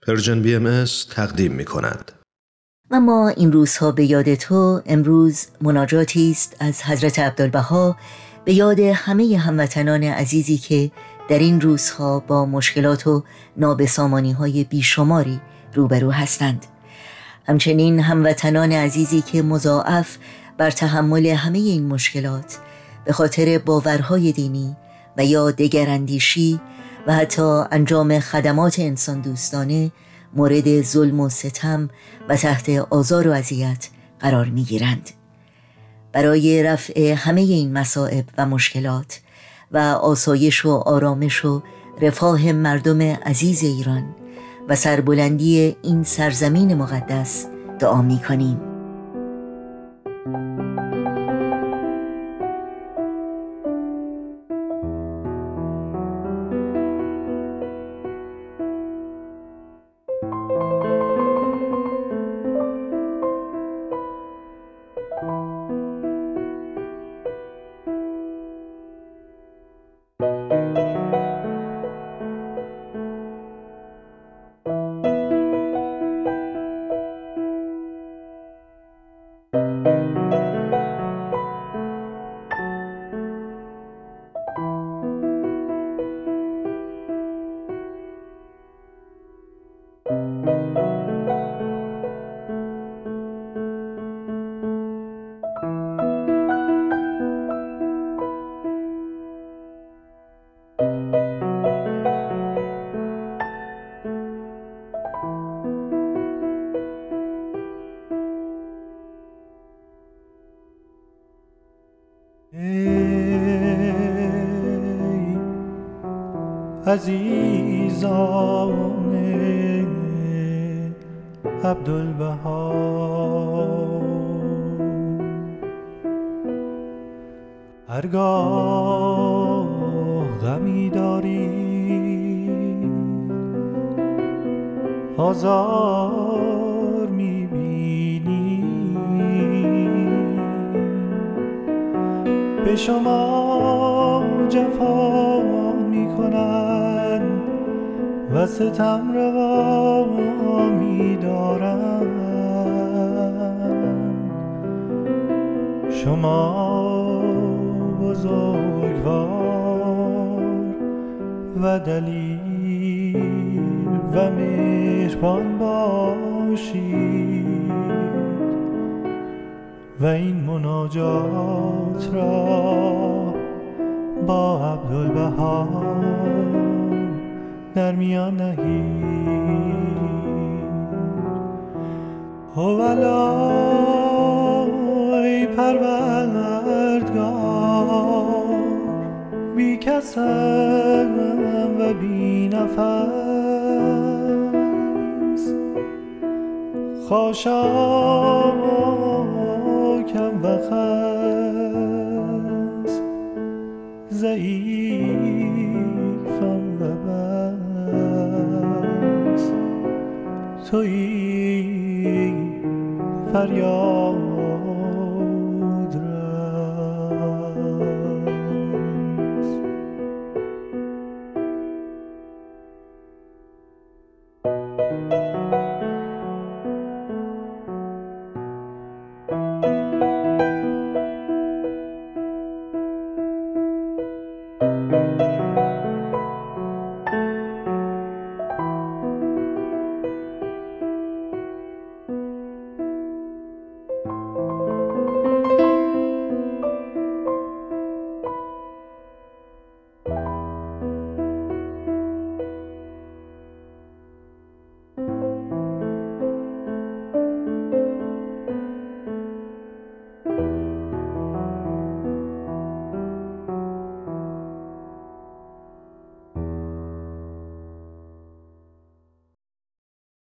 پرژن BMS تقدیم می کند. و ما این روزها به یاد تو، امروز مناجاتی است از حضرت عبدالبها به یاد همه هموطنان عزیزی که در این روزها با مشکلات و نابسامانی‌های بیشماری روبرو هستند. همچنین هموطنان عزیزی که مضاعف بر تحمل همه این مشکلات به خاطر باورهای دینی و یا دگراندیشی و حتی انجام خدمات انسان دوستانه مورد ظلم و ستم و تحت آزار و اذیت قرار می گیرند. برای رفع همه این مصائب و مشکلات و آسایش و آرامش و رفاه مردم عزیز ایران و سربلندی این سرزمین مقدس دعا می کنیم. عزیزان عبدالبها، هرگاه غمی داری آزار میبینی، به شما جفا میکنن و ستم روا می‌دارند. شما بزرگوار و دلیر و مهربان باشید و این مناجات را با عبدالبها در میان نهید. هوالای پروردگار، بی کسم و بی نفس، خاشاکم و خس، ضعیفم و بس، تویی فریاد